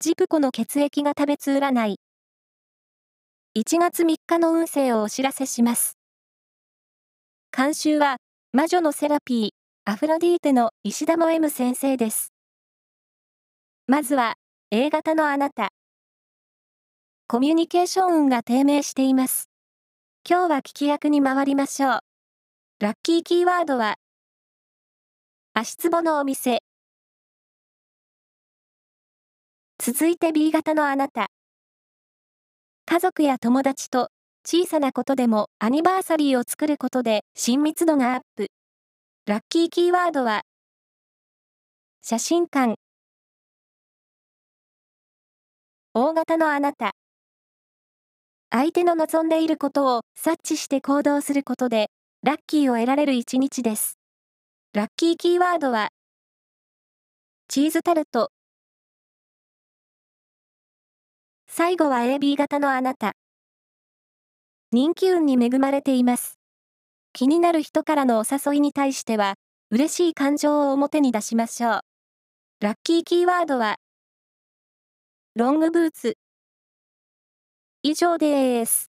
ジプコの血液が食べつ占い。1月3日の運勢をお知らせします。監修は、魔女のセラピー、アフロディーテの石田も M 先生です。まずは、A 型のあなた。コミュニケーション運が低迷しています。今日は聞き役に回りましょう。ラッキーキーワードは、足つぼのお店。続いて B 型のあなた。家族や友達と小さなことでもアニバーサリーを作ることで親密度がアップ。ラッキーキーワードは写真館。O 型のあなた。相手の望んでいることを察知して行動することでラッキーを得られる一日です。ラッキーキーワードはチーズタルト。最後は AB 型のあなた。人気運に恵まれています。気になる人からのお誘いに対しては、嬉しい感情を表に出しましょう。ラッキーキーワードは、ロングブーツ。以上です。